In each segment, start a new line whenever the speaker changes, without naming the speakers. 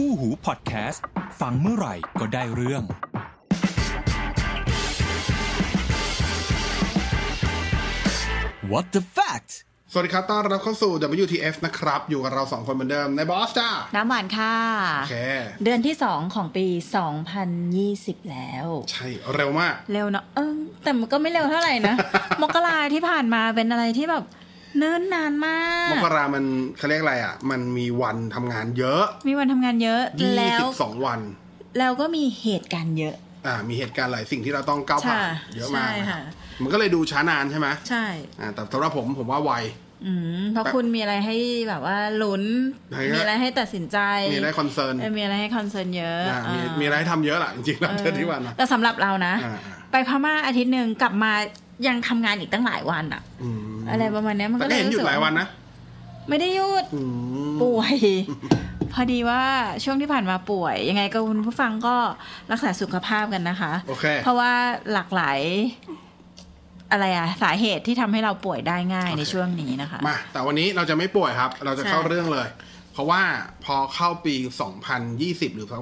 คู่หูพอดแคสต์ฟังเมื่อไหร่ก็ได้เรื่องWhat the fact
สวัสดีครับต้อนรับเข้าสู่ WTF นะครับอยู่กับเรา2คนเหมือนเดิมในบอสจ้า
น้ำหวานค่ะ
โอเค
เดือนที่2ของปี2020แล้ว
ใช่เร็วมาก
เร็วเนาะแต่มันก็ไม่เร็วเท่าไหร่นะ มกราที่ผ่านมาเป็นอะไรที่แบบเนิ่นนานมาก
มกรามันเขาเรียกอะไรอ่ะมันมีวันทำงานเยอะ
มีวันทำงานเยอะ
แล้ว22วัน
แล้วก็มีเหตุการณ์เยอะ
มีเหตุการณ์หลายสิ่งที่เราต้องก้าวผ่านเยอะมากมันก็เลยดูช้านานใช่ไหม
ใช่
แต่สำหรับผมว่าไว
เพราะคุณมีอะไรให้แบบว่าลุ้นมีอะไรให้ตัดสินใจ
มีอะไรคอนเซิร์น
มีอะไรให้คอนเซิร์นเยอะ
มีอะไรให้ทำเยอะแหละจริงๆแล้วที่วัน
แต่สำหรับเรานะไปพม่าอาทิตย์นึงกลับมายังทำงานอีกตั้งหลายวันอะอะไรประมาณนี้มันก็เลย
เห็นหยุดหลายวันนะ
ไม่ได้หยุดป่วยพอดีว่าช่วงที่ผ่านมาป่วยยังไงก็คุณผู้ฟังก็รักษาสุขภาพกันนะคะ
เพ
ราะว่าหลากหลายอะไรสาเหตุที่ทำให้เราป่วยได้ง่ายในช่วงนี้นะคะ
มาแต่วันนี้เราจะไม่ป่วยครับเราจะเข้าเรื่องเลยเพราะว่าพอเข้าปี2020หรือ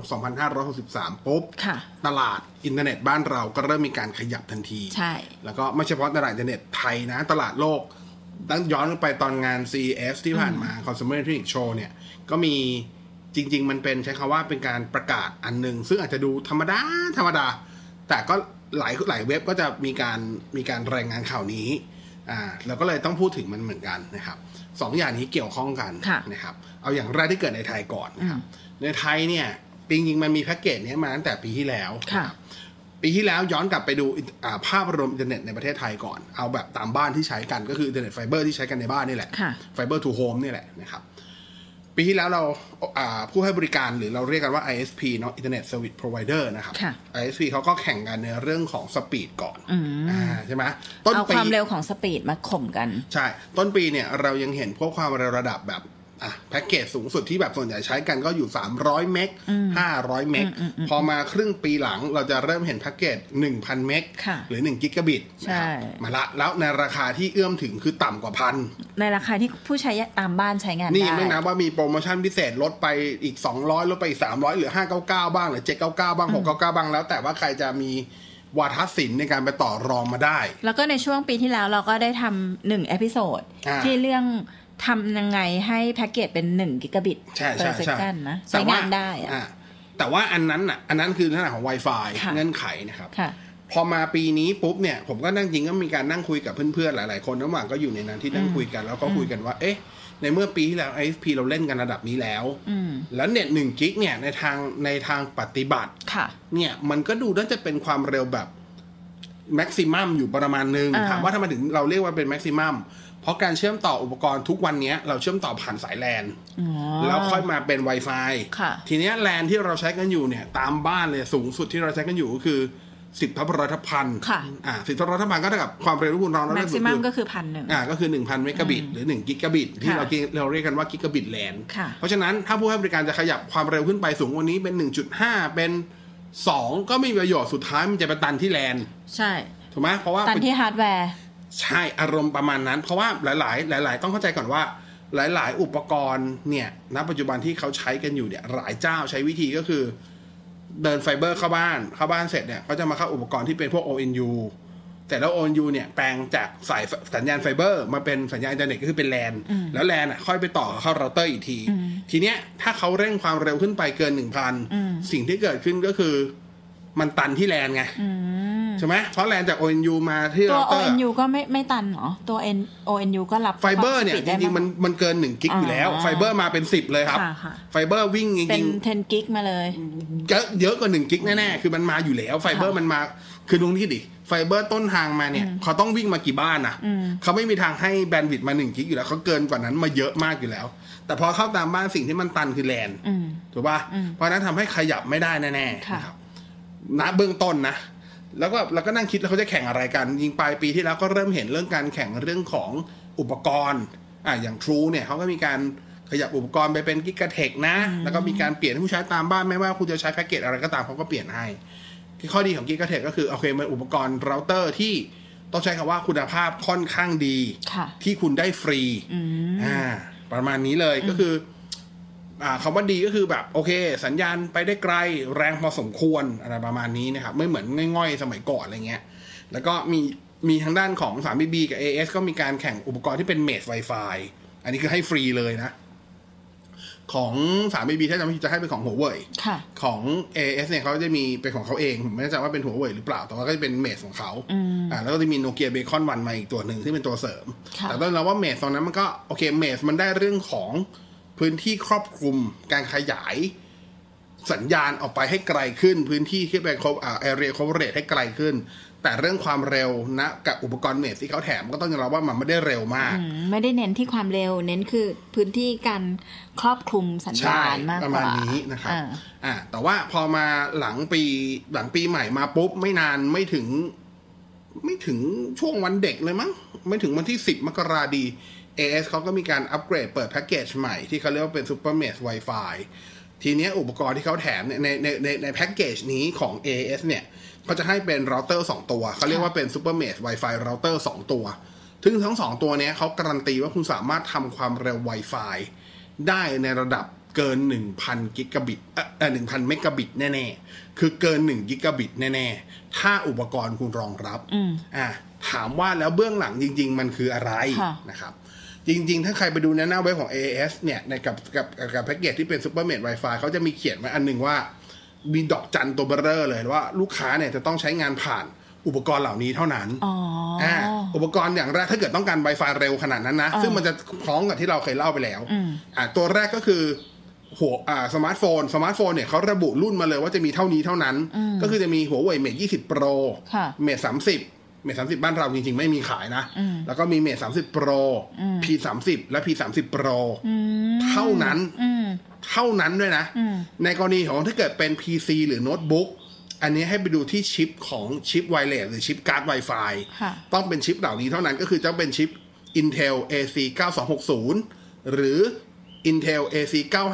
2563ปุ๊บตลาดอินเทอร์เน็ตบ้านเราก็เริ่มมีการขยับทันที
ใช่
แล้วก็ไม่เฉพาะตลาดอินเทอร์เน็ตไทยนะตลาดโลกตั้งย้อนไปตอนงาน CES ที่ผ่านมา Consumer Electronics Show เนี่ยก็มีจริงๆมันเป็นใช้คำว่าเป็นการประกาศอันนึงซึ่งอาจจะดูธรรมดาแต่ก็หลายเว็บก็จะมีการรายงานข่าวนี้เราก็เลยต้องพูดถึงมันเหมือนกันนะครับสองอย่างนี้เกี่ยวข้องกันนะครับเอาอย่างแรกที่เกิดในไทยก่อนนะครับในไทยเนี่ยจริงๆมันมีแพ็กเกจนี้มาตั้งแต่ปีที่แล้วปีที่แล้วย้อนกลับไปดูภาพรวมอินเทอร์เน็ตในประเทศไทยก่อนเอาแบบตามบ้านที่ใช้กันก็คืออินเทอร์เน็ตไฟเบอร์ที่ใช้กันในบ้านนี่แหละไฟเบอร์ทูโฮมนี่แหละนะครับปีที่แล้วเราผู้ให้บริการหรือเราเรียกกันว่า ISP เนาะ Internet Service Provider นะครับ ISP เขาก็แข่งกันในเรื่องของสปีดก่อนใช่ไหม
ต้นปีเอาความเร็วของสปีดมาข่มกัน
ใช่ต้นปีเนี่ยเรายังเห็นพวกความเร็วระดับแบบแพ็กเกจสูงสุดที่แบบส่วนใหญ่ใช้กันก็อยู่300เมก500เมกพอมาครึ่งปีหลังเราจะเริ่มเห็นแพ็กเกจ 1,000 เมกหรือ1กิกะบิตมาละแล้วในราคาที่เอื้อมถึงคือต่ำกว่า1,000
ในราคาที่ผู้ใช้ตามบ้านใช้งานได้
นี่ไม่นับว่ามีโปรโมชั่นพิเศษลดไปอีก200ลดไปอีก300เหลือ599บ้างหรือ799บ้าง699บ้างแล้วแต่ว่าใครจะมีวาทศิลป์ในการไปต่อรองมาได้
แล้วก็ในช่วงปีที่แล้วเราก็ได้ทำ1เอพิโซดที่เรื่องทำยังไงให้แพ็กเกจเป็น1กิกะบิตต่อเซกชันนะใช้งานได้
แต่ว่าอันนั้นคือลักษณะของ Wi-Fi เงื่อนไขนะครับพอมาปีนี้ปุ๊บเนี่ยผมก็นั่งจริงก็มีการนั่งคุยกับเพื่อนๆหลายๆคนระหว่างก็อยู่ในนั้นที่นั่งคุยกันแล้วก็คุยกันว่าเอ๊ะในเมื่อปีที่แล้ว ISP เราเล่นกันระดับนี้แล้วแล้วเน็ต1กิกเนี่ยในทางปฏิบัติเนี่ยมันก็ดูน่าจะเป็นความเร็วแบบแม็กซิมัมอยู่ประมาณนึงถามว่าทำไมถึงเราเรียกว่าเป็นแม็กซิมัมเพราะการเชื่อมต่ออุปกรณ์ทุกวันนี้เราเชื่อมต่อผ่านสายแลนแล้วค่อยมาเป็น Wi-Fi ทีนี้แลนที่เราใช้กันอยู่เนี่ยตามบ้านเลยสูงสุดที่เราใช้กันอยู่ก็คือ10/100,000 10/100,000ก็เท่ากับความเร็วที่คุณรอง
แม็กซิมัมก็คือ 1,000
ก็คือ 1,000 เมกะบิตหรือ1กิกะบิตที่เราเรียกกันว่ากิกะบิตแลนเพราะฉะนั้นถ้าผู้ให้บริการจะขยับความเร็วขึ้นไปสูงกว่านี้เป็น 1.5 เป็น2ก็ไม่มีประโยชน์สุดท้ายมันจะไปตันที่แลน
ใช่
ถูกไหมเพราะว่า
ตันที่ฮาร์ดแวร์
ใช่อารมณ์ประมาณนั้นเพราะว่าหลายต้องเข้าใจก่อนว่าหลายอุปกรณ์เนี่ยณปัจจุบันที่เขาใช้กันอยู่เนี่ยหลายเจ้าใช้วิธีก็คือเดินไฟเบอร์เข้าบ้านเสร็จเนี่ยเขาจะมาเข้าอุปกรณ์ที่เป็นพวก ONU แต่แล้ว ONU เนี่ยแปลงจากสายสัญญาณไฟเบอร์มาเป็นสัญญาณอินเทอร์เน็ตก็คือเป็นแลนแล้วแลนค่อยไปต่อเข้าเราเตอร์อีกทีเนี้ยถ้าเขาเร่งความเร็วขึ้นไปเกิน 1,000 สิ่งที่เกิดขึ้นก็คือมันตันที่แลนไงใช่ไหมเพราะแลนจาก ONU มาที่เราเตอร์
ONU ก็ไม่ตันหรอตัว ONU ก็รับ
ไฟเบอร์เนี่ยจริงๆมันเกิน1กิกอยู่แล้วไฟเบอร์มาเป็น10เลยครับไฟเบอร์วิ่งจริงๆ
เป็น10กิกมาเลย
เยอะกว่า1กิกแน่ๆคือมันมาอยู่แล้วไฟเบอร์มันมาคือตรงนี้ดิไฟเบอร์ต้นทางมาเนี่ยเขาต้องวิ่งมากี่บ้านนะเขาไม่มีทางให้แบนด์วิดต์มา1กิกอยู่แล้วเขาเกินกว่านั้นมาเยอะมากอยู่แล้วแต่พอเข้าตามบ้านสิ่งที่มันตันคือแลนถูกป่ะเพราะนั้นทำให้ขยับไม่ได้แน่ๆนะครับณเบื้องต้นนะแล้วก็เราก็นั่งคิดแล้วเขาจะแข่งอะไรกันยิงปลายปีที่แล้วก็เริ่มเห็นเรื่องการแข่งเรื่องของอุปกรณ์อย่าง True เนี่ยเขาก็มีการขยับอุปกรณ์ไปเป็น Gigatex นะแล้วก็มีการเปลี่ยนให้ผู้ใช้ตามบ้านไม่ว่าคุณจะใช้แพ็กเกจอะไรก็ตามเขาก็เปลี่ยนให้ข้อดีของ Gigatex ก็คือโอเคมันอุปกรณ์เราเตอร์ที่ต้องใช้คำว่าคุณภาพค่อนข้างดีที่คุณได้ฟรีประมาณนี้เลยก็คือคำว่าดีก็คือแบบโอเคสัญญาณไปได้ไกลแรงพอสมควรอะไรประมาณนี้นะครับไม่เหมือนง่อยๆสมัยก่อนอะไรเงี้ยแล้วก็มีทางด้านของ 3BB กับ AS ก็มีการแข่งอุปกรณ์ที่เป็น Mesh Wi-Fi อันนี้คือให้ฟรีเลยนะของ 3BB ถ้าจะให้เป็นของ Huawei ของ AS เนี่ยเขาจะมีเป็นของเขาเองผมไม่แน่ใจว่าเป็น Huawei หรือเปล่าแต่ว่าก็จะเป็น Mesh ของเขาแล้วก็จะมี Nokia Beacon 1มาอีกตัวหนึ่งที่เป็นตัวเสริมแต่ต้องเราว่า Mesh ตอนนั้นมันก็โอเค Mesh มันได้เรื่องของพื้นที่ครอบคลุมการขยายสัญญาณออกไปให้ไกลขึ้นพื้นที่ที่เป็นarea coverage ให้ไกลขึ้นแต่เรื่องความเร็วนะกับอุปกรณ์เมสที่เขาแถมก็ต้องยอมรับว่ามันไม่ได้เร็วมาก
ไม่ได้เน้นที่ความเร็วเน้นคือพื้นที่การครอบคลุมสัญญาณมากกว่าประมาณ
นี้นะครับแต่ว่าพอมาหลังปีใหม่มาปุ๊บไม่นานไม่ถึงช่วงวันเด็กเลยมั้งไม่ถึงวันที่10มกราคมAS เขาก็มีการอัปเกรดเปิดแพ็กเกจใหม่ที่เขาเรียกว่าเป็น Super Mesh Wi-Fi ทีนี้อุปกรณ์ที่เขาแถมในแพ็กเกจนี้ของ AS เนี่ยก็จะให้เป็นเราเตอร์2ตัวเขาเรียกว่าเป็น Super Mesh Wi-Fi เราเตอร์2ตัวซึ่งทั้ง2ตัวนี้เขาการันตีว่าคุณสามารถทำความเร็ว Wi-Fi ได้ในระดับเกิน 1,000 กิกะบิต1,000 เมกะบิตแน่ๆคือเกิน1กิกะบิตแน่ๆถ้าอุปกรณ์คุณรองรับถามว่าแล้วเบื้องหลังจริงๆมันคืออะไรนะครับจริงๆถ้าใครไปดูในหน้าเว็บของ AS เนี่ยในกับแพ็กเกจที่เป็น Super Mesh Wi-Fi เขาจะมีเขียนไว้อันนึงว่ามีดอกจันตัวเบอร์เรอเลยว่าลูกค้าเนี่ยจะต้องใช้งานผ่านอุปกรณ์เหล่านี้เท่านั้นอุปกรณ์อย่างแรกถ้าเกิดต้องการ Wi-Fi เร็วขนาดนั้นนะซึ่งมันจะคล้องกับที่เราเคยเล่าไปแล้วตัวแรกก็คือหัวสมาร์ทโฟนเนี่ยเขาระบุรุ่นมาเลยว่าจะมีเท่านี้เท่านั้นก็คือจะมี Huawei Mate 20 Pro Mate 30 Mate 30บ้านเราจริงๆไม่มีขายนะแล้วก็มี Mate 30 Pro P30 และ P30 Pro เท่านั้นด้วยนะในกรณีของถ้าเกิดเป็น PC หรือโน้ตบุ๊กอันนี้ให้ไปดูที่ชิปของชิปไวเลสหรือชิปการ์ด Wi-Fi ต้องเป็นชิปเหล่านี้เท่านั้นก็คือจะเป็นชิป Intel AC 9260หรือ Intel AC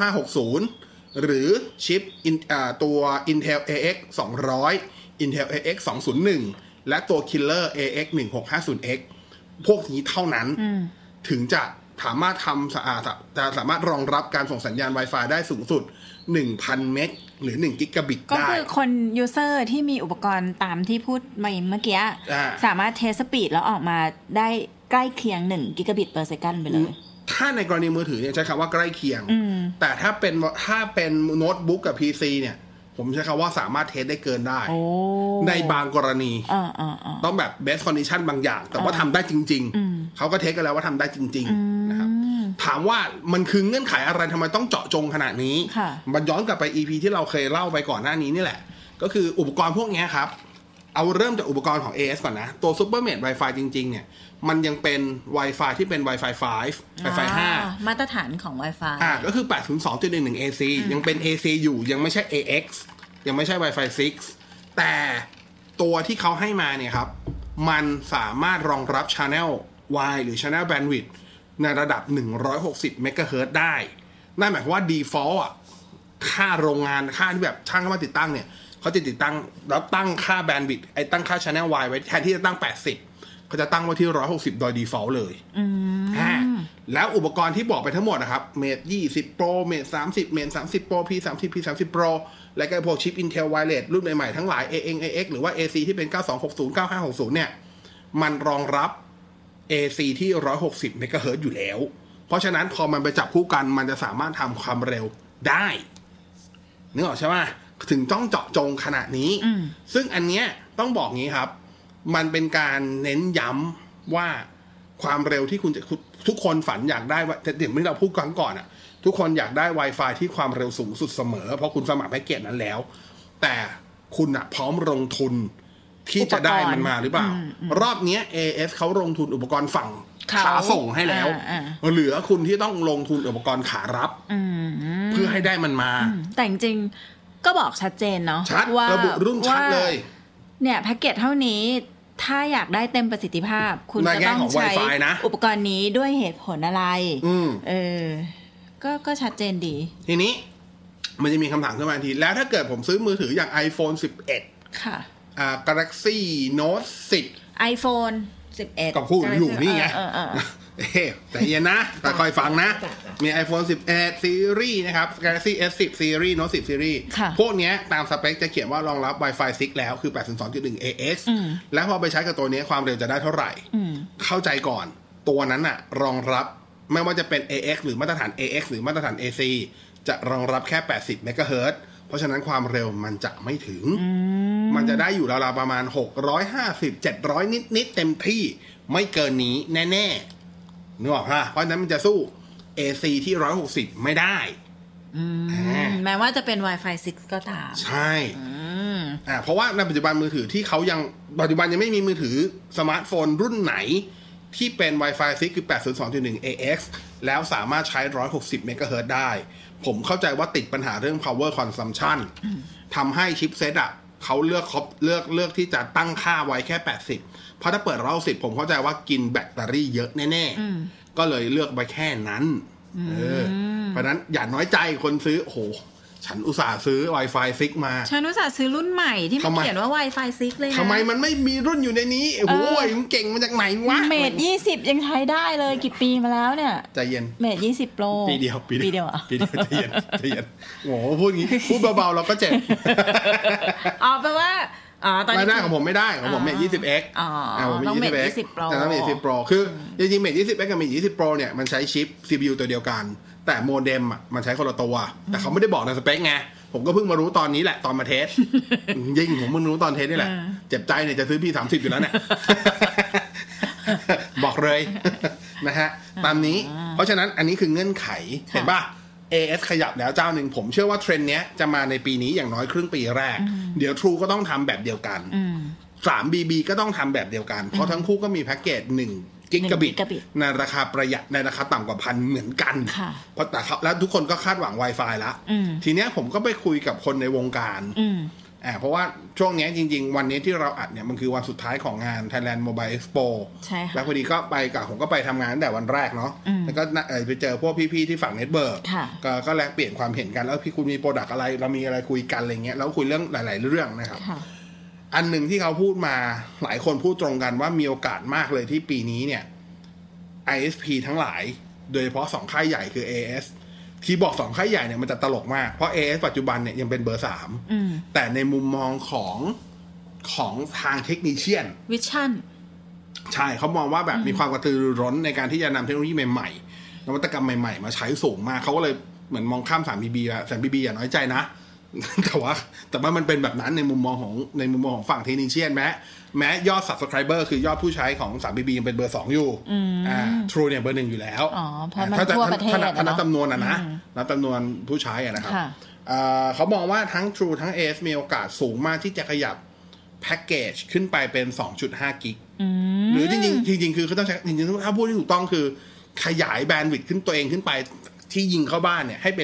9560หรือชิปตัว Intel AX 200 Intel AX 201และตัว Killer AX 1650X พวกนี้เท่านั้นถึงจะสามารถสามารถรองรับการส่งสัญญาณ Wi-Fi ได้สูงสุด 1,000 เมกหรือ1กิกะบิตได้ก็
คือคนยูเซอร์ที่มีอุปกรณ์ตามที่พูดมาเมื่อกี้สามารถเทสสปีดแล้วออกมาได้ใกล้เคียง1กิกะบิตต่อเซกันไปเลย
ถ้าในกรณีมือถือเนี่ยใช้คำว่าใกล้เคียงแต่ถ้าเป็นโน้ตบุ๊กกับ PC เนี่ยผมใช้คำว่าสามารถเทสได้เกินได้ในบางกรณีต้องแบบ best condition บางอย่างแต่ว่าทำได้จริงๆเขาก็เทสกันแล้วว่าทำได้จริงๆนะครับถามว่ามันคือเงื่อนไขอะไรทำไมต้องเจาะจงขนาดนี้มันย้อนกลับไป EP ที่เราเคยเล่าไปก่อนหน้านี้นี่แหละก็คืออุปกรณ์พวกนี้ครับเอาเริ่มจากอุปกรณ์ของ AS ก่อนนะตัว Super Mesh Wi-Fi จริงๆเนี่ยมันยังเป็น Wi-Fi ที่เป็น Wi-Fi 5 Wi-Fi
5มาตรฐานของ Wi-Fi
ก็คือ 802.11 AC ยังเป็น AC อยู่ยังไม่ใช่ AX ยังไม่ใช่ Wi-Fi 6 แต่ตัวที่เขาให้มาเนี่ยครับมันสามารถรองรับ Channel Y หรือ Channel Bandwidth ในระดับ160 เมกะเฮิรตซ์ได้นั่นหมายความว่า default ค่าโรงงานค่าที่แบบช่างเข้ามาติดตั้งเนี่ยเขาจะติดตั้งแล้วตั้งค่า Bandwidth ตั้งค่า Channel Y ไว้แทนที่จะตั้ง80เขาจะตั้งไว้ที่160โดย default เลยแล้วอุปกรณ์ที่บอกไปทั้งหมดนะครับ Mate 20 Pro Mate 30 Mate 30 Pro P30 P30 Pro และก็พวกชิป Intel Wireless รุ่นใหม่ๆทั้งหลาย AX หรือว่า AC ที่เป็น9260 9560เนี่ยมันรองรับ AC ที่160 เมกะเฮิรตซ์อยู่แล้วเพราะฉะนั้นพอมันไปจับคู่กันมันจะสามารถทำความเร็วได้นึกออกใช่ไหมถึงต้องเจาะจงขนาดนี้ซึ่งอันเนี้ยต้องบอกงี้ครับมันเป็นการเน้นย้ำว่าความเร็วที่คุณจะทุกคนฝันอยากได้ว่าเดี๋ยวเมื่อเราพูดครั้งก่อนอ่ะทุกคนอยากได้ Wi-Fi ที่ความเร็วสูงสุดเสมอเพราะคุณสมัครแพ็กเกจนั้นแล้วแต่คุณอ่ะพร้อมลงทุนที่จะได้มันมาหรือเปล่ารอบนี้ AS เขาลงทุนอุปกรณ์ฝั่งขาส่งให้แล้วเหลือคุณที่ต้องลงทุนอุปกรณ์ขารับเพื่อให้ได้มันมา
แต่จริงๆก็บอกชัดเจนเนาะ
ว่าระบุรุ่นชัดเลย
เนี่ยแพ็กเกจเท่านี้ถ้าอยากได้เต็มประสิทธิภาพคุณจะต้องใช้อุปกรณ์นี้ด้วยเหตุผลอะไรก็ชัดเจนดี
ทีนี้มันจะมีคำถามขึ้นมาทีแล้วถ้าเกิดผมซื้อมือถืออย่าง iPhone 11ค่ะGalaxy Note 10
iPhone 11
กับคู่อยู่นี่ไงแต่เย็นนะแต่คอยฟังนะมี iPhone 11 Series นะครับ Galaxy S10 Series Note 10 Series พวกนี้ตามสเปคจะเขียนว่ารองรับ Wi-Fi 6 แล้วคือ 802.1ax แล้วพอไปใช้กับตัวนี้ความเร็วจะได้เท่าไหร่เข้าใจก่อนตัวนั้นน่ะรองรับไม่ว่าจะเป็น AX หรือมาตรฐาน AX หรือมาตรฐาน AC จะรองรับแค่80เมกะเฮิรตซ์เพราะฉะนั้นความเร็วมันจะไม่ถึงมันจะได้อยู่ราวๆประมาณ650 700นิดๆเต็มที่ไม่เกินนี้แน่ๆนึกออกป่ะเพราะฉะนั้นมันจะสู้ AC ที่160ไม่ได้
แม้ว่าจะเป็น Wi-Fi 6 ก็ตาม
ใช่เพราะว่าในปัจจุบันมือถือที่เขายังปัจจุบันยังไม่มีมือถือสมาร์ทโฟนรุ่นไหนที่เป็น Wi-Fi 6 คือ 802.1ax แล้วสามารถใช้160เมกะเฮิรตซ์ได้ผมเข้าใจว่าติดปัญหาเรื่อง power consumption ทำให้ชิปเซตเขาเลือกที่จะตั้งค่าไว้แค่80เพราะถ้าเปิด160ผมเข้าใจว่ากินแบตเตอรี่เยอะแน่ๆก็เลยเลือกไว้แค่นั้นเพราะนั้นอย่าน้อยใจคนซื้อโอ้โหฉันอุตส่าห์ซื้อ Wi-Fi 6 มา
ฉันอุตส่าห์ซื้อรุ่นใหม่ที่มันเขียนว่า Wi-Fi 6 เลยนะ
ทำไมมันไม่มีรุ่นอยู่ในนี้โอ้โหมันเก่งมาจากไหนวะ
เมท20ยังใช้ได้เลยกี่ปีมาแล้วเนี่ย
ใจเย็น
เมท20 Pro
ปีเดียว
ใจ
เย็นโอ้โหพูดงี้พูดเบาๆเราก็เจ็บ
แปลว่าตอนนี้
ไม่ได้ของผมไม่ได้ของผมเมท 20x
ผมต้องเมท20 Pro
ต้องเมท20 Pro คือจริงๆเมท 20x กับเมท20 Pro เนี่ยมันใช้ชิป CPU ตัวเดียวกันแต่โมเด็มมันใช้คนละตัวแต่เขาไม่ได้บอกในสเปคไงผมก็เพิ่งมารู้ตอนนี้แหละตอนมาเทสยิ่งผมเพิ่งรู้ตอนเทสนี่แหละเจ็บใจเนี่ยจะซื้อพี่30อยู่แล้วเนี่ยบอกเลยนะฮะตามนี้เพราะฉะนั้นอันนี้คือเงื่อนไขเห็นป่ะ AS ขยับแล้วเจ้าหนึ่งผมเชื่อว่าเทรนด์เนี้ยจะมาในปีนี้อย่างน้อยครึ่งปีแรกเดี๋ยว True ก็ต้องทำแบบเดียวกัน 3BB ก็ต้องทำแบบเดียวกันเพราะทั้งคู่ก็มีแพ็กเกจ1กิกะบิตในราคาประหยัดในราคาต่ำกว่า1,000เหมือนกันเพราะแต่แล้วทุกคนก็คาดหวัง Wi-Fi ละทีเนี้ยผมก็ไปคุยกับคนในวงการเพราะว่าช่วงนี้จริงๆวันนี้ที่เราอัดเนี่ยมันคือวันสุดท้ายของงาน Thailand Mobile Expo แล้วพอดีก็ไปกับผมก็ไปทำงานตั้งแต่วันแรกเนาะแล้วก็ไปเจอพวกพี่ๆที่ฝั่งเน็ตเบิร์กก็แลกเปลี่ยนความเห็นกันแล้วพี่คุณมีโปรดักต์อะไรเรามีอะไรคุยกันอะไรเงี้ยแล้วคุยเรื่องหลายๆเรื่องนะครับอันหนึ่งที่เขาพูดมาหลายคนพูดตรงกันว่ามีโอกาสมากเลยที่ปีนี้เนี่ย ISP ทั้งหลายโดยเฉพาะ2ค่ายใหญ่คือ AS ที่บอก2ค่ายใหญ่เนี่ยมันจะตลกมากเพราะ AS ปัจจุบันเนี่ยยังเป็นเบอร์3แต่ในมุมมองของทางเทคนิเชียน
วิชั่น
ใช่เขามองว่าแบบมีความกระตือรือร้นในการที่จะนำเทคโนโลยีใหม่ๆนวัตกรรมใหม่ๆมาใช้สูงมากเขาก็เลยเหมือนมองข้าม 3BB แล้ว 3BB อย่าน้อยใจนะแต่ว่ามันเป็นแบบนั้นในมุมมองของฝั่งเทคนิเชียนแม้ยอด Subscriber คือยอดผู้ใช้ของ 3BB ยังเป็นเบอร์2อยู่True เนี่ยเบอร์1อยู่แล้ว
เพราะมันทั่วประเทศ
ถ้านับจำนวนนะนับจำนวนผู้ใช้นะครับเขามองว่าทั้ง True ทั้ง AS มีโอกาสสูงมากที่จะขยับแพ็กเกจขึ้นไปเป็น 2.5 กิกหรือจริงคือเขาต้องใช้จริงๆถ้าพูดที่ถูกต้องคือขยายแบนด์วิดต์ขึ้นตัวเองขึ้นไปที่ยิงเข้าบ้านเนี่ยให้เป็น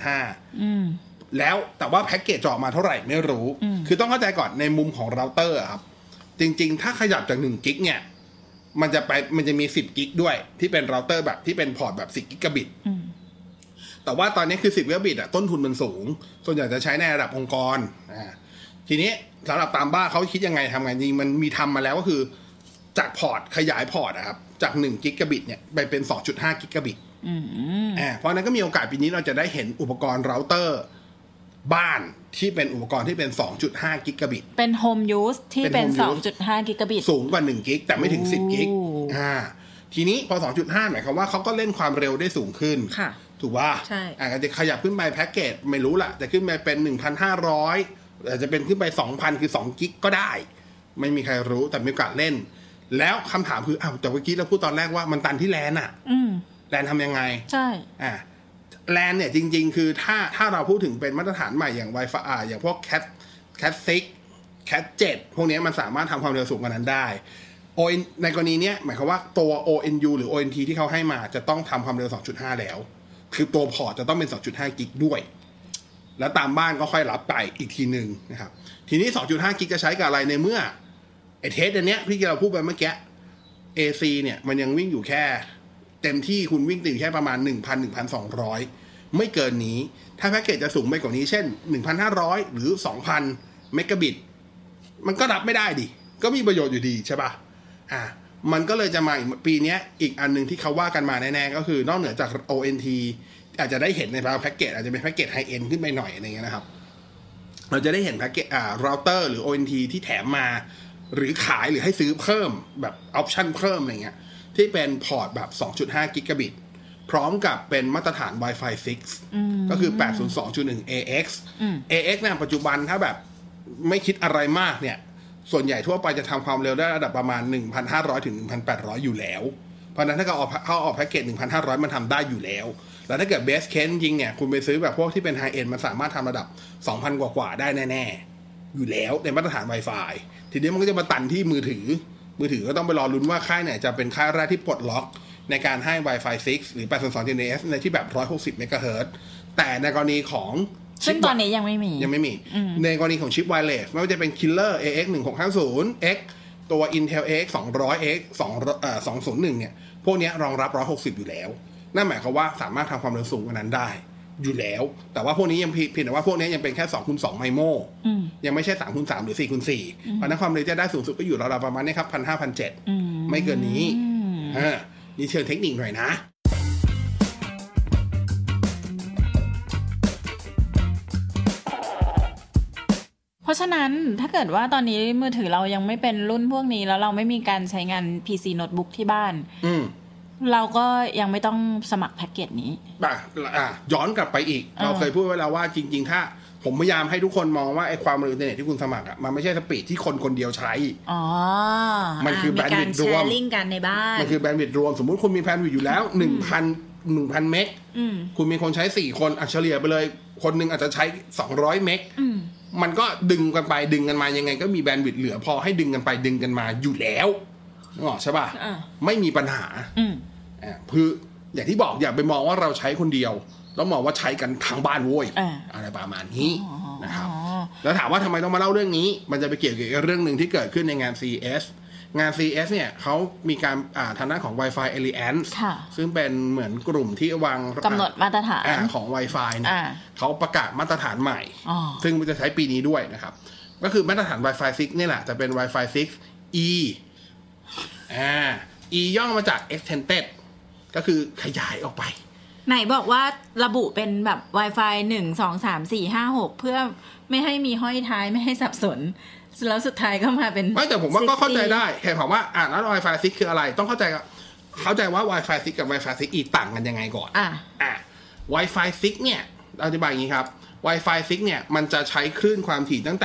2.5แล้วแต่ว่าแพ็กเกจออกมาเท่าไหร่ไม่รู้คือต้องเข้าใจก่อนในมุมของเราเตอร์ครับจริงๆถ้าขยับจาก1กิกเนี่ยมันจะมี10กิกด้วยที่เป็นเราเตอร์แบบที่เป็นพอร์ตแบบ10กิกะบิตแต่ว่าตอนนี้คือ10กิกะบิตอ่ะต้นทุนมันสูงส่วนใหญ่จะใช้ในระดับองค์กรทีนี้สำหรับตามบ้านเขาคิดยังไงทำไงจริงมันมีทำมาแล้วก็คือจากพอร์ตขยายพอร์ตครับจาก1กิกะบิตเนี่ยไปเป็น 2.5 กิกะบิตเพราะนั้นก็มีโอกาสปีนี้เราจะได้เห็นอุปกรณ์เราเตอร์บ้านที่เป็นอุปกรณ์ที่เป็น 2.5 กิกะบิต
เป็นโฮมยูสที่เป็น 2.5 กิกะบิต
สูงกว่า1กิกแต่ไม่ถึง10กิกทีนี้พอ 2.5 หมายความว่าเขาก็เล่นความเร็วได้สูงขึ้นถูกป่ะ
ใช่
อาจจะขยับขึ้นไปแพ็กเกจไม่รู้ล่ะแต่ขึ้นไปเป็น 1,500 อาจจะเป็นขึ้นไป 2,000 คือ2กิกก็ได้ไม่มีใครรู้แต่มีโอกาสเล่นแล้วคำถามคือแต่เมื่อกี้เราพูดตอนแรกว่ามันตันที่แลนแลนทำยังไง
ใช่
แลนเนี่ยจริงๆคือถ้าเราพูดถึงเป็นมาตรฐานใหม่อย่าง Wi-Fi อย่างพวก Cat 6 Cat 7 พวกนี้มันสามารถทำความเร็วสูงกว่านั้นได้ในกรณีนี้หมายความว่าตัว ONU หรือ ONT ที่เขาให้มาจะต้องทำความเร็ว 2.5 แล้วคือตัวพอร์ตจะต้องเป็น 2.5 กิกด้วยแล้วตามบ้านก็ค่อยรับไปอีกทีนึงนะครับทีนี้ 2.5 กิกจะใช้กับอะไรในเมื่อไอเทสอันเนี้ยที่เราพูดไปเมื่อกี้ AC เนี่ยมันยังวิ่งอยู่แค่เต็มที่คุณวิ่งตื่นแค่ประมาณ 1,200 ไม่เกินนี้ถ้าแพ็กเกจจะสูงไปกว่านี้เช่น 1,500 หรือ 2,000 เมกะบิตมันก็รับไม่ได้ดิก็มีประโยชน์อยู่ดีใช่ป่ะมันก็เลยจะมาอีกปีนี้อีกอันนึงที่เขาว่ากันมาแน่ๆก็คือนอกเหนือจาก ONT อาจจะได้เห็นในแพ็กเกจอาจจะเป็นแพ็กเกจไฮเอ็นด์ขึ้นไปหน่อยอะไรเงี้ยนะครับเราจะได้เห็นแพ็กเกจเราเตอร์หรือ ONT ที่แถมมาหรือขายหรือให้ซื้อเพิ่มแบบออปชั่นเพิ่มอะไรเงี้ยที่เป็นพอร์ตแบบ 2.5 กิกะบิตพร้อมกับเป็นมาตรฐาน Wi-Fi 6 ก็คือ 802.1 AX AX เนี่ยปัจจุบันถ้าแบบไม่คิดอะไรมากเนี่ยส่วนใหญ่ทั่วไปจะทำความเร็วได้ระดับประมาณ 1,500 ถึง 1,800 อยู่แล้วเพราะนั้นถ้าเขาออกแพ็กเกจ 1,500 มันทำได้อยู่แล้วแล้วถ้าเกิดเบสเคสจริงเนี่ยคุณไปซื้อแบบพวกที่เป็นไฮเอ็นด์มันสามารถทำระดับ 2,000 กว่าได้แน่ๆอยู่แล้วในมาตรฐาน Wi-Fi ทีนี้มันก็จะมาตันที่มือถือก็ต้องไปรอลุ้นว่าค่ายไหนจะเป็นค่ายแรกที่ปลดล็อกในการให้ Wi-Fi 6 หรือ 802.1 ในที่แบบ160 เมกะเฮิรตซ์แต่ในกรณีของ
ซึ่งตอนนี้ยังไม่มี
ในกรณีของชิปไวเลสไม่ว่าจะเป็น Killer AX 1650 X ตัว Intel AX 200 X 201เนี่ยพวกนี้รองรับ160อยู่แล้วนั่นหมายความว่าสามารถทำความเร็วสูงกว่านั้นได้อยู่แล้วแต่ว่าพวกนี้ยังเพียงแต่ว่าพวกนี้ยังเป็นแค่ 2x2 ไมโมยังไม่ใช่ 3x3 หรือ 4x4 เพราะนั้นความเร็วจะได้สูงสุดก็อยู่ราวๆประมาณนี้ครับ 1,500-1,700 ไม่เกินนี้นี่เชิงเทคนิคหน่อยนะ
เพราะฉะนั้นถ้าเกิดว่าตอนนี้มือถือเรายังไม่เป็นรุ่นพวกนี้แล้วเราไม่มีการใช้งาน PC Notebook ที่บ้านเราก็ยังไม่ต้องสมัครแพ็กเกจนี้
ย้อนกลับไปอีกเราเคยพูดไว้แล้วว่าจริงๆถ้าผมพยายามให้ทุกคนมองว่าไอ้ความเร็วอินเทอร์เน็ตที่คุณสมัครมันไม่ใช่สปีดที่คนเดียวใช้มันคือแบนด์วิดต์รวม
กันในบ้าน
มันคือแบนด์วิดต์รวมสมมุติคุณมีแบนด์วิดต์อยู่แล้ว 1,000 เมกคุณมีคนใช้4คนเฉลี่ยไปเลยคนนึงอาจจะใช้200 เมกมันก็ดึงกันไปดึงกันมายังไงก็มีแบนด์วิดต์เหลือพอให้ดึงกันไปดึงกันมาอยู่แล้วใช่ป่ะไม่มีปัญหาคืออย่างที่บอกอย่าไปมองว่าเราใช้คนเดียวต้องมองว่าใช้กันทั้งบ้านโว้ยอะไรประมาณนี้นะครับแล้วถามว่าทำไมต้องมาเล่าเรื่องนี้มันจะไปเกี่ยวกับเรื่องนึงที่เกิดขึ้นในงาน CES งาน CES เนี่ยเขามีการทางด้านของ Wi-Fi Alliance ซึ่งเป็นเหมือนกลุ่มที่วาง
กำหนดมาตรฐาน
ของ Wi-Fi เนี่ยเขาประกาศมาตรฐานใหม่ซึ่งมันจะใช้ปีนี้ด้วยนะครับก็คือมาตรฐาน Wi-Fi 6นี่แหละจะเป็น Wi-Fi 6 E E ย่อมาจาก Extended ก็คือขยายออกไป
ไหนบอกว่าระบุเป็นแบบ Wi-Fi 1 2 3 4 5 6เพื่อไม่ให้มีห้อยท้ายไม่ให้สับสนแล้วสุดท้ายก็มาเป็น
ไม่แต่ผมว่าก็เข้าใจได้แค่ผมว่าแล้ว Wi-Fi 6 คืออะไรต้องเข้าใจว่า Wi-Fi 6 กับ Wi-Fi 6 E ต่างกันยังไงก่อน Wi-Fi 6 เนี่ยอธิบายอย่างนี้ครับ Wi-Fi 6 เนี่ยมันจะใช้คลื่นความถี่ตั้งแต่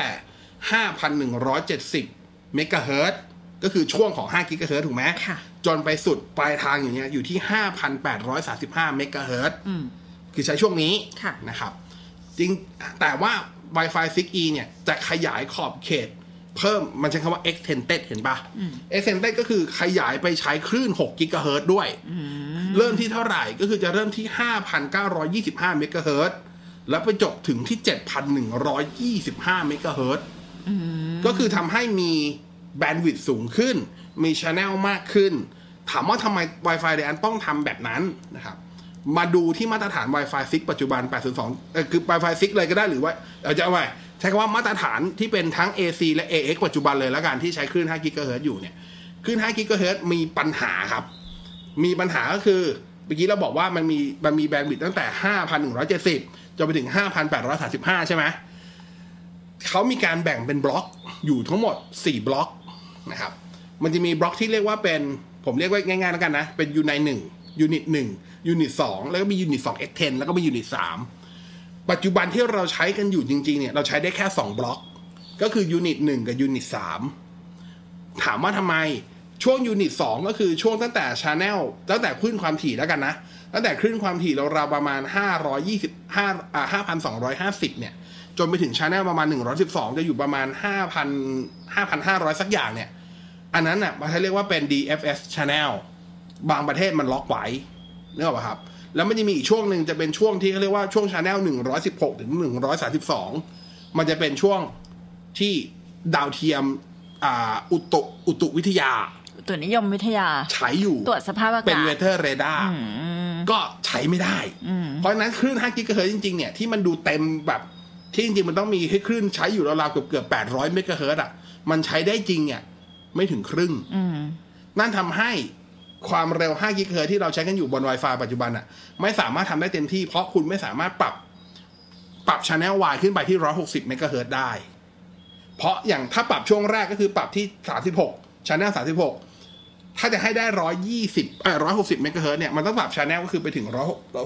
5,170 เมกะเฮิรตซ์ก็คือช่วงของ5กิกะเฮิรตซ์ถูกไหมจนไปสุดปลายทางอย่างเงี้ยอยู่ที่ 5,835 เมกะเฮิรตซ์คือใช้ช่วงนี้นะครับจริงแต่ว่า Wi-Fi 6E เนี่ยจะขยายขอบเขตเพิ่มมันใช้คำว่า extended เห็นปะ extended ก็คือขยายไปใช้คลื่น6กิกะเฮิรตซ์ด้วยเริ่มที่เท่าไหร่ก็คือจะเริ่มที่ 5,925 เมกะเฮิรตซ์แล้วไปจบถึงที่ 7,125 เมกะเฮิรตซ์ก็คือทำให้มีแบนด์วิดต์สูงขึ้นมี channel มากขึ้นถามว่าทำไม Wi-Fi เดียนต้องทำแบบนั้นนะครับมาดูที่มาตรฐาน Wi-Fi 6 ปัจจุบัน 802 คือ Wi-Fi 6 เลยก็ได้หรือว่าจะเอาไว้ใช้คำว่ามาตรฐานที่เป็นทั้ง AC และ AX ปัจจุบันเลยแล้วกันที่ใช้คลื่น5 GHz อยู่เนี่ยคลื่น5 GHz มีปัญหาครับมีปัญหาก็คือเมื่อกี้เราบอกว่ามันมีแบนด์วิดต์ตั้งแต่ 5,170 จนไปถึง 5,835 ใช่ไหมเขามีการแบ่งเป็นบล็อกอยู่ทั้งหมด4บล็อกนะครับมันจะมีบล็อกที่เรียกว่าเป็นผมเรียกว่าง่ายๆแล้วกันนะเป็นยูนิต1ยูนิต1ยูนิต2แล้วก็มียูนิต2 X10 แล้วก็มียูนิต3ปัจจุบันที่เราใช้กันอยู่จริงๆเนี่ยเราใช้ได้แค่2บล็อกก็คือยูนิต1กับยูนิต3ถามว่าทำไมช่วงยูนิต2ก็คือช่วงตั้งแต่ channel ตั้งแต่คลื่นความถี่แล้วกันนะตั้งแต่คลื่นความถี่เราประมาณ5,250 เนี่ยจนไปถึง channel ประมาณ112จะอยู่ประมาณ 5,500 สักอย่างเนี่ยอันนั้นน่ะมันเรียกว่าเป็น DFS channel บางประเทศมันล็อกไว้นึกออกป่ะครับแล้วมันจะมีอีกช่วงหนึ่งจะเป็นช่วงที่เขาเรียกว่าช่วง channel 116ถึง132มันจะเป็นช่วงที่ดาวเทียมอุตุวิทยา
อุตุนิยมวิทยา
ใช้อยู่
ตรวจสภาพอากาศ
เป็น weather radar ก็ใช้ไม่ได้เพราะฉะนั้นคลื่น5 GHz จริงๆเนี่ยที่มันดูเต็มแบบที่จริงๆมันต้องมีให้คลื่นใช้อยู่ราวๆเกือบ800 เมกะเฮิรตซ์อ่ะมันใช้ได้จริงเนี่ยไม่ถึงครึ่งนั่นทำให้ความเร็ว5 กิกะเฮิรตซ์ที่เราใช้กันอยู่บน Wi-Fi ปัจจุบันไม่สามารถทำได้เต็มที่เพราะคุณไม่สามารถปรับ Channel Y ขึ้นไปที่160 เมกะเฮิรตซ์ได้เพราะอย่างถ้าปรับช่วงแรกก็คือปรับที่36 Channel 36ถ้าจะให้ได้160 เมกะเฮิรตซ์เนี่ยมันต้องปรับ Channel ก็คือไปถึง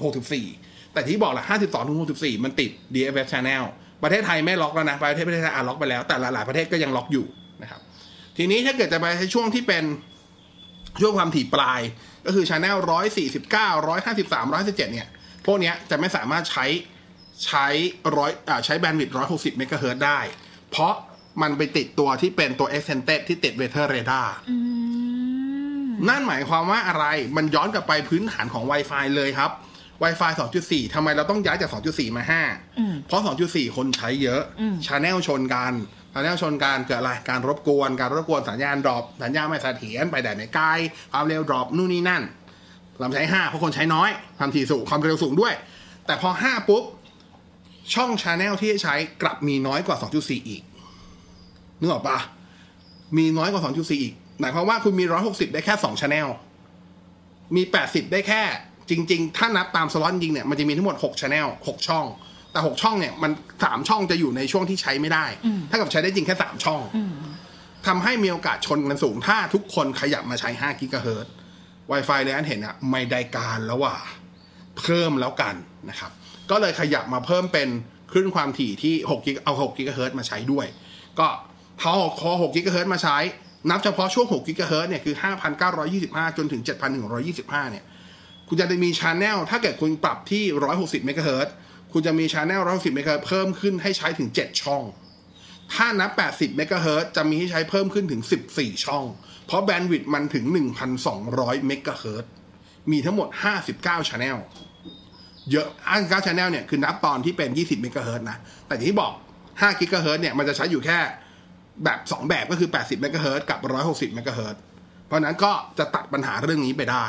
164แต่ที่บอกละ52 ถึง 64มันติด DFS Channel ประเทศไทยไม่ล็อกแล้วนะประเทศไทยล็อกไปแล้วแต่หลายประเทศก็ยังล็อกอยู่นะครับทีนี้ถ้าเกิดจะไปในช่วงที่เป็นช่วงความถี่ปลายก็คือ Channel 149 153 157เนี่ยพวกนี้จะไม่สามารถใช้แบนด์วิดต์160 เมกะเฮิรตซ์ได้เพราะมันไปติดตัวที่เป็นตัว extended ที่ติด weather radar นั่นหมายความว่าอะไรมันย้อนกลับไปพื้นฐานของ Wi-Fi เลยครับ Wi-Fi 2.4 ทำไมเราต้องย้ายจาก 2.4 มา 5 เพราะ 2.4 คนใช้เยอะ Channel ชนกันเกิดอะไรการรบกวนสัญญาณดรอปสัญญาณไม่เสถียรไปไหนไม่ไกลความเร็วดรอปนู่นนี่นั่นเราใช้5เพราะคนใช้น้อยความถี่สูงความเร็วสูงด้วยแต่พอ5ปุ๊บช่อง Channel ที่ใช้กลับมีน้อยกว่า 2.4 อีกนึกออกปะมีน้อยกว่า 2.4 อีกหมายความว่าคุณมี160ได้แค่2 Channel มี80ได้แค่จริงๆถ้านับตามสล็อตจริงเนี่ยมันจะมีทั้งหมด6 Channel 6 ช่องแต่6ช่องเนี่ยมัน3ช่องจะอยู่ในช่วงที่ใช้ไม่ได้ถ้ากับใช้ได้จริงแค่3ช่องทำให้มีโอกาสชนกันสูงถ้าทุกคนขยับมาใช้5 กิกะเฮิรตซ์ Wi-Fi เลยอันเห็นไม่ได้การแล้วว่ะเพิ่มแล้วกันนะครับก็เลยขยับมาเพิ่มเป็นคลื่นความถี่ที่6กิกะเฮิรตซ์มาใช้ด้วยก็พอ6กิกะเฮิรตซ์มาใช้นับเฉพาะช่วง6กิกะเฮิรตซ์เนี่ยคือ 5,925 จนถึง 7,125 เนี่ยคุณจะมี Channel ถ้าเกิดคุณปรับที่160 เมกะเฮิรตซ์คุณจะมี Channel 160 เมกะเฮิรตซ์เพิ่มขึ้นให้ใช้ถึง7ช่องถ้านับ80 เมกะเฮิรตซ์จะมีให้ใช้เพิ่มขึ้นถึง14ช่องเพราะแบนด์วิดต์มันถึง 1,200 เมกะเฮิรตซ์มีทั้งหมด59 Channel เยอะ59 Channel เนี่ยคือนับตอนที่เป็น20 เมกะเฮิรตซ์นะแต่ที่บอก5 กิกะเฮิรตซ์เนี่ยมันจะใช้อยู่แค่แบบ2แบบก็คือ80 เมกะเฮิรตซ์กับ160 เมกะเฮิรตซ์เพราะนั้นก็จะตัดปัญหาเรื่องนี้ไปได้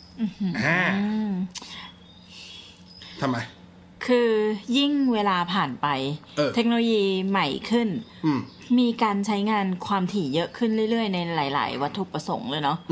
ทำไม
คือยิ่งเวลาผ่านไปเทคโนโลยีใหม่ขึ้นมีการใช้งานความถี่เยอะขึ้นเรื่อยๆในหลายๆวัตถุประสงค์เลยเนาะ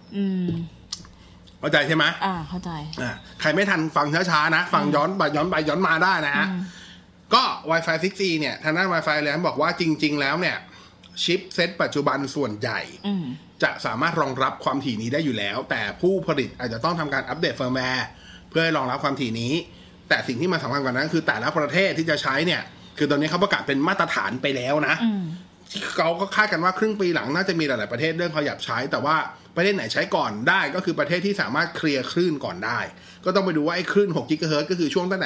เข้าใจใช่ไหม
เข้าใจ
ใครไม่ทันฟังช้าๆนะฟังย้อนมาได้นะฮะก็ Wi-Fi 6E เนี่ยทางด้าน Wi-Fi เลยบอกว่าจริงๆแล้วเนี่ยชิปเซตปัจจุบันส่วนใหญ่จะสามารถรองรับความถี่นี้ได้อยู่แล้วแต่ผู้ผลิตอาจจะต้องทำการอัปเดตเฟิร์มแวร์เพื่อให้รองรับความถี่นี้แต่สิ่งที่มันสำคัญกว่านั้นคือแต่ละประเทศที่จะใช้เนี่ยคือตอนนี้เขาประกาศเป็นมาตรฐานไปแล้วนะเขาก็คาดกันว่าครึ่งปีหลังน่าจะมีหลายๆประเทศเริ่มขยับใช้แต่ว่าประเทศไหนใช้ก่อนได้ก็คือประเทศที่สามารถเคลียร์คลื่นก่อนได้ก็ต้องไปดูว่าไอ้คลื่น6 กิกะเฮิรตซ์ก็คือช่วงตั้งแต่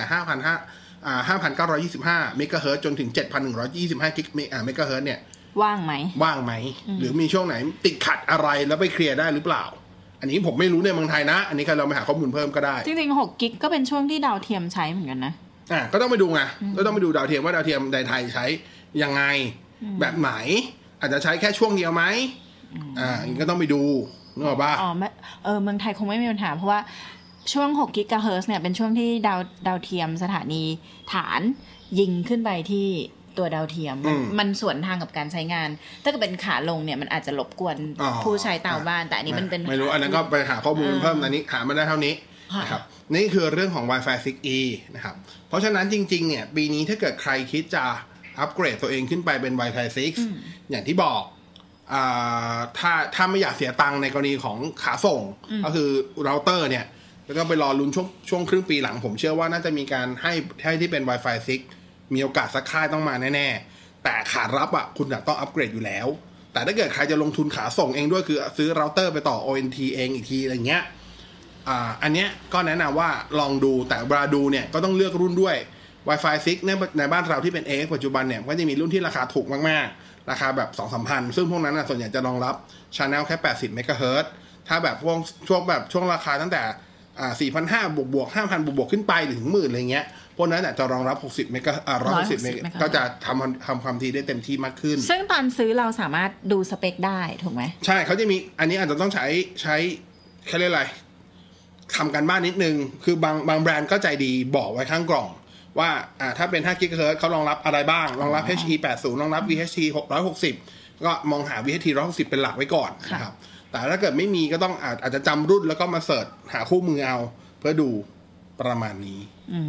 5,925 เมกะเฮิรตซ์จนถึง 7,125 เมกะเฮิรตซ์เนี่ย
ว่างไหม
หรือมีช่วงไหนติดขัดอะไรแล้วไปเคลียร์ได้หรือเปล่าอันนี้ผมไม่รู้ในเมืองไทยนะอันนี้ใครเราไปหาข้อมูลเพิ่มก็ได้
จริงๆ6กิกก็เป็นช่วงที่ดาวเทียมใช้เหมือนกันนะ
ก็ต้องไปดูไงก็ต้องไปดูดาวเทียมว่าดาวเทียมในไทยใช้ยังไงแบบไหนอาจจะใช้แค่ช่วงเดียวไหมก็ต้องไปดูนึกออกป่ะ
เมืองไทยคงไม่มีปัญหาเพราะว่าช่วง6กิกะเฮิรตซ์เนี่ยเป็นช่วงที่ดาวเทียมสถานีฐานยิงขึ้นไปที่ตัวดาวเทียมมันสวนทางกับการใช้งานถ้าเกิดเป็นขาลงเนี่ยมันอาจจะรบกวนผู้ใช้ตามบ้านแต่อันนี้มันเป็น
ไม่รู้อันนั้นก็ไปหาข้อมูลเพิ่มอันนี้หามาได้เท่านี้นะครับนี่คือเรื่องของ Wi-Fi 6E นะครับเพราะฉะนั้นจริงๆเนี่ยปีนี้ถ้าเกิดใครคิดจะอัปเกรดตัวเองขึ้นไปเป็น Wi-Fi 6อย่างที่บอกถ้าไม่อยากเสียตังค์ในกรณีของขาส่งก็คือเราเตอร์เนี่ยแล้วก็ไปรอลุ้นช่วงครึ่งปีหลังผมเชื่อว่าน่าจะมีการให้ที่เป็น Wi-Fi 6มีโอกาสสักค่ายต้องมาแน่ๆแต่ขารับคุณจะต้องอัปเกรดอยู่แล้วแต่ถ้าเกิดใครจะลงทุนขาส่งเองด้วยคือซื้อเราเตอร์ไปต่อ ONT เองอีกทีอะไรเงี้ยอันเนี้ยก็แนะนำว่าลองดูแต่เวลาดูเนี่ยก็ต้องเลือกรุ่นด้วย Wi-Fi 6ในบ้านเราที่เป็น AX ปัจจุบันเนี่ยก็จะมีรุ่นที่ราคาถูกมากๆราคาแบบ 2-3 พันซึ่งพวกนั้นส่วนใหญ่จะรองรับ Channel แค่80 เมกะเฮิรตซ์ถ้าแบบช่วงราคาตั้งแต่4,500 บวก 5,000 บวกขึ้นไปถึง 10,000 อะไรเงี้ยพวกนั้นจะรองรับ60 เมกะ160 เมกะก็จะทำความถี่ได้เต็มที่มากขึ้น
ซึ่งตอนซื้อเราสามารถดูสเปคได้ถูกไหม
ใช่เขาจะมีอันนี้อาจจะต้องใช้เขาเรียกอะไรทำกันบ้านนิดนึงคือบางแบรนด์ก็ใจดีบอกไว้ข้างกล่องว่าถ้าเป็น5 กิกะเฮิรตซ์เขารองรับอะไรบ้างรองรับ HE 80รองรับ VHT 660ก็มองหา VHT 160เป็นหลักไว้ก่อนนะครับแต่แต่ถ้าเกิดไม่มีก็ต้องอาจจะจำรุ่นแล้วก็มาเสิร์ชหาคู่มือเอาเพื่อดูประมาณนี้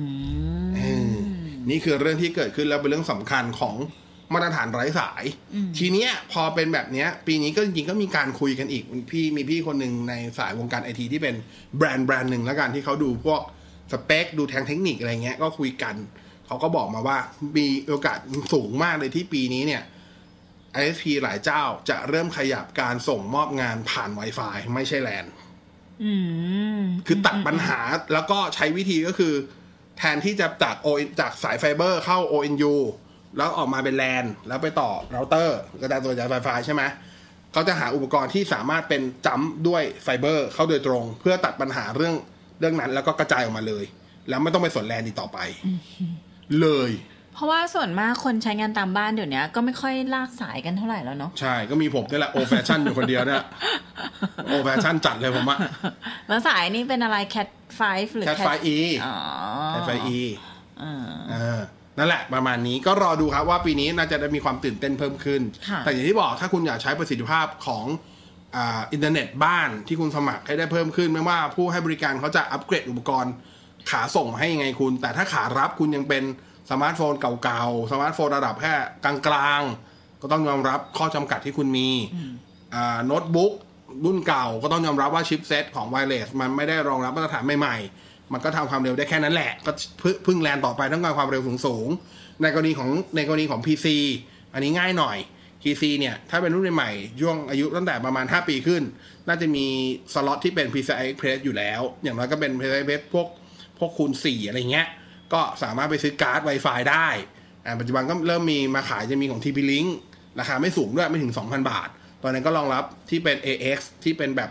นี่คือเรื่องที่เกิดขึ้นแล้วเป็นเรื่องสำคัญของมาตรฐานไร้สายทีเนี้ยพอเป็นแบบเนี้ยปีนี้ก็จริงๆก็มีการคุยกันอีกมีพี่คนหนึ่งในสายวงการไอทีที่เป็นแบรนด์หนึ่งแล้วกันที่เขาดูพวกสเปคดูทางเทคนิคอะไรเงี้ยก็คุยกันเขาก็บอกมาว่ามีโอกาสสูงมากเลยที่ปีนี้เนี่ย ISP หลายเจ้าจะเริ่มขยับการส่งมอบงานผ่าน Wi-Fi ไม่ใช่ LAN คือตัดปัญหาแล้วก็ใช้วิธีก็คือแทนที่จะจากสายไฟเบอร์เข้า ONU แล้วออกมาเป็น LAN แล้วไปต่อเราเตอร์กระจายตัวจาก Wi-Fi ใช่ไหมเขาจะหาอุปกรณ์ที่สามารถเป็นจัมป์ด้วยไฟเบอร์เข้าโดยตรงเพื่อตัดปัญหาเรื่องนั้นแล้วก็กระจายออกมาเลยแล้วไม่ต้องไปสน LAN อีกต่อไปเลย
เพราะว่าส่วนมากคนใช้งานตามบ้านเดี๋ยวนี้ก็ไม่ค่อยลากสายกันเท่าไหร่แล้วเนาะ
ใช่ก็มีผมนี่แหละโอแฟชั่นอยู่คนเดียวเนี่ยโอแฟชั่นจัดเลยผมอะ
แล้วสายนี้เป็นอะไร Cat 5หรือ
Cat 5e Cat 5e นั่นแหละประมาณนี้ก็รอดูครับว่าปีนี้น่าจะได้มีความตื่นเต้นเพิ่มขึ้นแต่อย่างที่บอกถ้าคุณอยากใช้ประสิทธิภาพของอินเทอร์เน็ตบ้านที่คุณสมัครให้ได้เพิ่มขึ้นไม่ว่าผู้ให้บริการเขาจะอัปเกรดอุปกรณ์ขาส่งมาให้ยังไงคุณแต่ถ้าขารับคุณยังเป็นสมาร์ทโฟนเก่าๆสมาร์ทโฟนระดับแค่กลางๆก็ต้องยอมรับข้อจำกัดที่คุณมีโน้ตบุ๊กรุ่นเก่าก็ต้องยอมรับว่าชิปเซตของไวเลสมันไม่ได้รองรับมาตรฐานใหม่ๆมันก็ทำความเร็วได้แค่นั้นแหละก็พึ่งแลนต่อไปต้องการความเร็วสูงๆในกรณีของ PC อันนี้ง่ายหน่อย PC เนี่ยถ้าเป็นรุ่นใหม่ๆช่วงอายุตั้งแต่ประมาณ5ปีขึ้นน่าจะมีสล็อตที่เป็น PCI Express อยู่แล้วอย่างน้อยก็เป็น PCI Express พวกคูณ4อะไรเงี้ยก็สามารถไปซื้อการ์ด Wi-Fi ได้ปัจจุบันก็เริ่มมีมาขายจะมีของ TP-Link ราคาไม่สูงด้วยไม่ถึง 2,000 บาทตอนนั้นก็รองรับที่เป็น AX ที่เป็นแบบ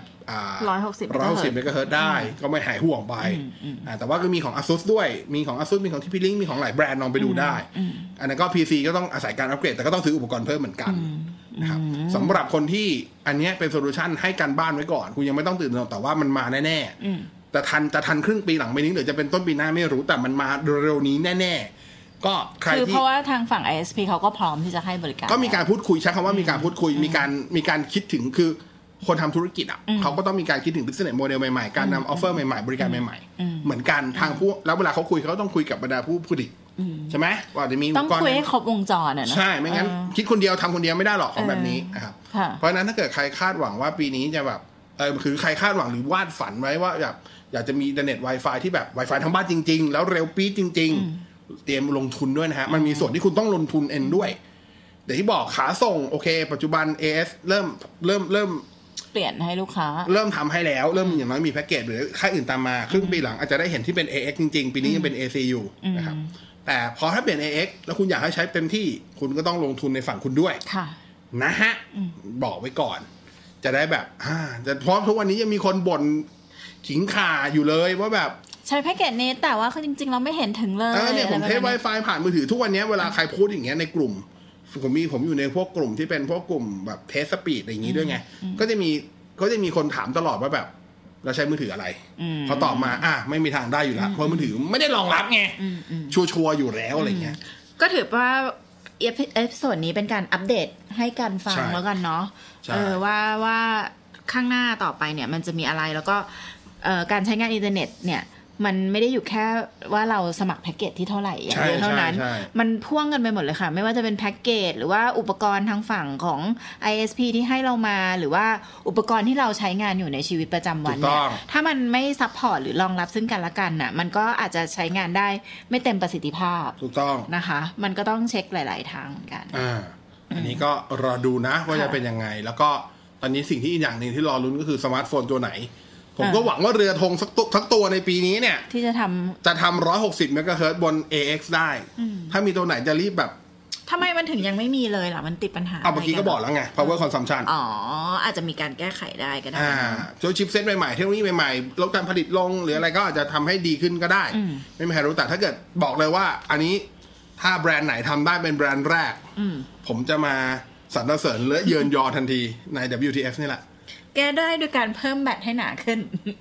160 เมกะเฮิรตซ์ได้ก็ไม่หายห่วงไปแต่ว่าก็มีของ ASUS ด้วยมีของ ASUS มีของ TP-Link มีของหลายแบรนด์ลองไปดูได้อันนั้นก็ PC ก็ต้องอาศัยการอัปเกรดแต่ก็ต้องซื้ออุปกรณ์เพิ่มเหมือนกันนะครับสำหรับคนที่อันนี้เป็นโซลูชันให้กันบ้านไว้ก่อนคุณยังไม่ต้องตื่นตระหนกแต่ว่ามันมาแน่ๆแต่ทันครึ่งปีหลังไปนี้หรือจะเป็นต้นปีหน้าไม่รู้แต่มันมาเร็วๆนี้แน่ๆก็ใครที่
คือเพราะว่าทางฝั่ง ISP เขาก็พร้อมที่จะให้บริการ
ก็มีการพูดคุยใช้คำว่ามีการพูดคุยมีการคิดถึงคือคนทำธุรกิจเขาก็ต้องมีการคิดถึง business model ใหม่ๆการนำ offer ใหม่ๆบริการใหม่ๆเหมือนกันทางผู้แล้วเวลาเขาคุยเขาต้องคุยกับบรรดาผู้ผลิตใช่ไหมว่าจะมี
ต้องคุยให้ครบวงจรนะ
ใช่ไม่งั้นคิดคนเดียวทำคนเดียวไม่ได้หรอกของแบบนี้นะครับเพราะฉะนั้นถ้าเกิดใครคาดหวังว่าปีนี้จะแบบคือใครคาดหวังหรือวาดฝันไว้ว่าอยากจะมีอินเทอร์เน็ต Wi-Fi ที่แบบ Wi-Fi ทั้งบ้านจริงๆแล้วเร็วปี๊ดจริงๆเตรียมลงทุนด้วยนะฮะมันมีส่วนที่คุณต้องลงทุนเองด้วยเดี๋ยวที่บอกขาส่งโอเคปัจจุบัน AS เริ่ม
เปลี่ยนให้ลูกค้า
เริ่มทำให้แล้วเริ่มอย่างน้อยมีแพ็กเกจหรือค่ายอื่นตามมาครึ่งปีหลังอาจจะได้เห็นที่เป็น AX จริงๆปีนี้ยังเป็น AC อยู่นะครับแต่พอถ้าเปลี่ยน AX แล้วคุณอยากให้ใช้เต็มที่คุณก็ต้องลงทุนในฝั่งคุณด้วยนะฮะบอกไว้ก่อนจะได้แบบจะเพราะทุกวันนี้ยังมีคนบ่นขิงข่าอยู่เลยว่าแบบ
ใช้แพ็กเกจนี้แต่ว่าจริงๆเราไม่เห็นถึงเลย
เนี่ยผมเทส Wi-Fi ผ่านมือถือทุกวันนี้เวลาใครพูดอย่างเงี้ยในกลุ่มผมอยู่ในพวกกลุ่มที่เป็นพวกกลุ่มแบบเทสสปีดอะไรอย่างงี้ด้วยไงก็จะมีคนถามตลอดว่าแบบเราใช้มือถืออะไรพอตอบมาไม่มีทางได้อยู่แล้วเพราะมือถือไม่ได้รองรับไงชัวร์อยู่แล้วอะไรเงี้ย
ก็ถือว่าเอพิโซดนี้เป็นการอัปเดตให้กันฟังแล้วกันเนาะว่าข้างหน้าต่อไปเนี่ยมันจะมีอะไรแล้วก็การใช้งานอินเทอร์เน็ตเนี่ยมันไม่ได้อยู่แค่ว่าเราสมัครแพ็กเกจที่เท่าไหร่อย่างเดียวเท่านั้นมันพ่วงกันไปหมดเลยค่ะไม่ว่าจะเป็นแพ็กเกจหรือว่าอุปกรณ์ทางฝั่งของ ISP ที่ให้เรามาหรือว่าอุปกรณ์ที่เราใช้งานอยู่ในชีวิตประจำวันเนี่ยถ้ามันไม่ซัพพอร์ตหรือรองรับซึ่งกันและกันน่ะมันก็อาจจะใช้งานได้ไม่เต็มประสิทธิภาพ
ถูกต้อง
นะคะมันก็ต้องเช็คหลายๆทางกัน
อันนี้ก็รอดูนะว่าจะเป็นยังไงแล้วก็ตอนนี้สิ่งที่อีกอย่างนึงที่รอลุ้นก็คือสมาร์ทโฟนตัวไหนผมก็หวังว่าเรือธงสักตัวในปีนี้เนี่ย
ที่จะท
ำ160 เมกะเฮิรตซ์บน AX ได้ถ้ามีตัวไหนจะรีบแบบ
ทำไมมันถึงยังไม่มีเลยล่ะมันติดปัญหา
เมื่อกี้ก็บอกแล้วไง power consumption
อาจจะมีการแก้ไขได้ก็ได้
ตัวชิปเซ็ตใหม่ๆเทคโนโลยีใหม่ๆลดการผลิตลงหรืออะไรก็อาจจะทำให้ดีขึ้นก็ได้ไม่มีใครรู้แต่ถ้าเกิดบอกเลยว่าอันนี้ถ้าแบรนด์ไหนทำได้เป็นแบรนด์แรกผมจะมาสรรเสริญและเยินยอทันทีใน WTF นี่แหละ
แก้ได้โดยการเพิ่มแบตให้หนาขึ้น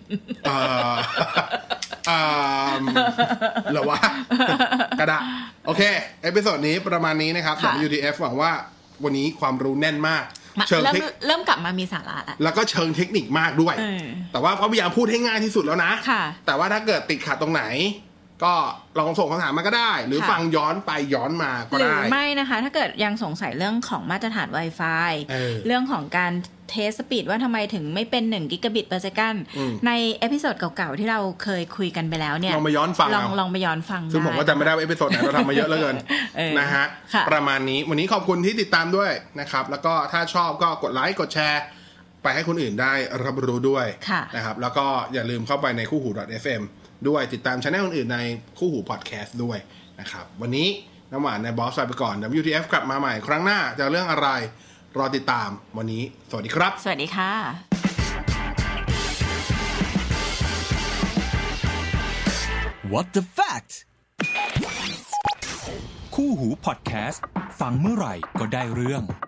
หรอวะกระดาษโอเคเอพิโซดนี้ประมาณนี้นะครับสำหรับ WTF หวังว่าวันนี้ความรู้แน่นมาก
เริ่มกลับมามีสาระ
แล้วก็เชิงเทคนิคมากด้วยแต่ว่าพยายามพูดให้ง่ายที่สุดแล้วนะแต่ว่าถ้าเกิดติดขัดตรงไหนก็ลองส่งคำถามมาก็ได้หรือฟังย้อนไปย้อนมาก็ได้หรือ
ไม่นะคะถ้าเกิดยังสงสัยเรื่องของมาตรฐาน Wi-Fi เรื่องของการเทสสปีดว่าทำไมถึงไม่เป็น1 Gbps ในเอพิโซดเก่าๆที่เราเคยคุยกันไปแล้วเนี่ย
ลองไปย้อนฟัง
ลองไปย้อนฟัง
ซึ่งผมก็จำไม่ได้ว่าเอพิโซดไหนเราทำมาเยอะเหลือเกินนะฮะประมาณนี้วันนี้ขอบคุณที่ติดตามด้วยนะครับแล้วก็ถ้าชอบก็กดไลค์กดแชร์ไปให้คนอื่นได้รับรู้ด้วยนะครับแล้วก็อย่าลืมเข้าไปในคู่หู .fm ด้วยติดตามช่องอื่นๆในคู่หูพอดแคสต์ด้วยนะครับวันนี้น้ำหวานในบอสไปก่อน WTF กลับมาใหม่ครั้งหน้าจะเรื่องอะไรรอติดตามวันนี้สวัสดีครับ
สวัสดีค่ะ
What the fact คู่หูพอดแคสต์ฟังเมื่อไหร่ก็ได้เรื่อง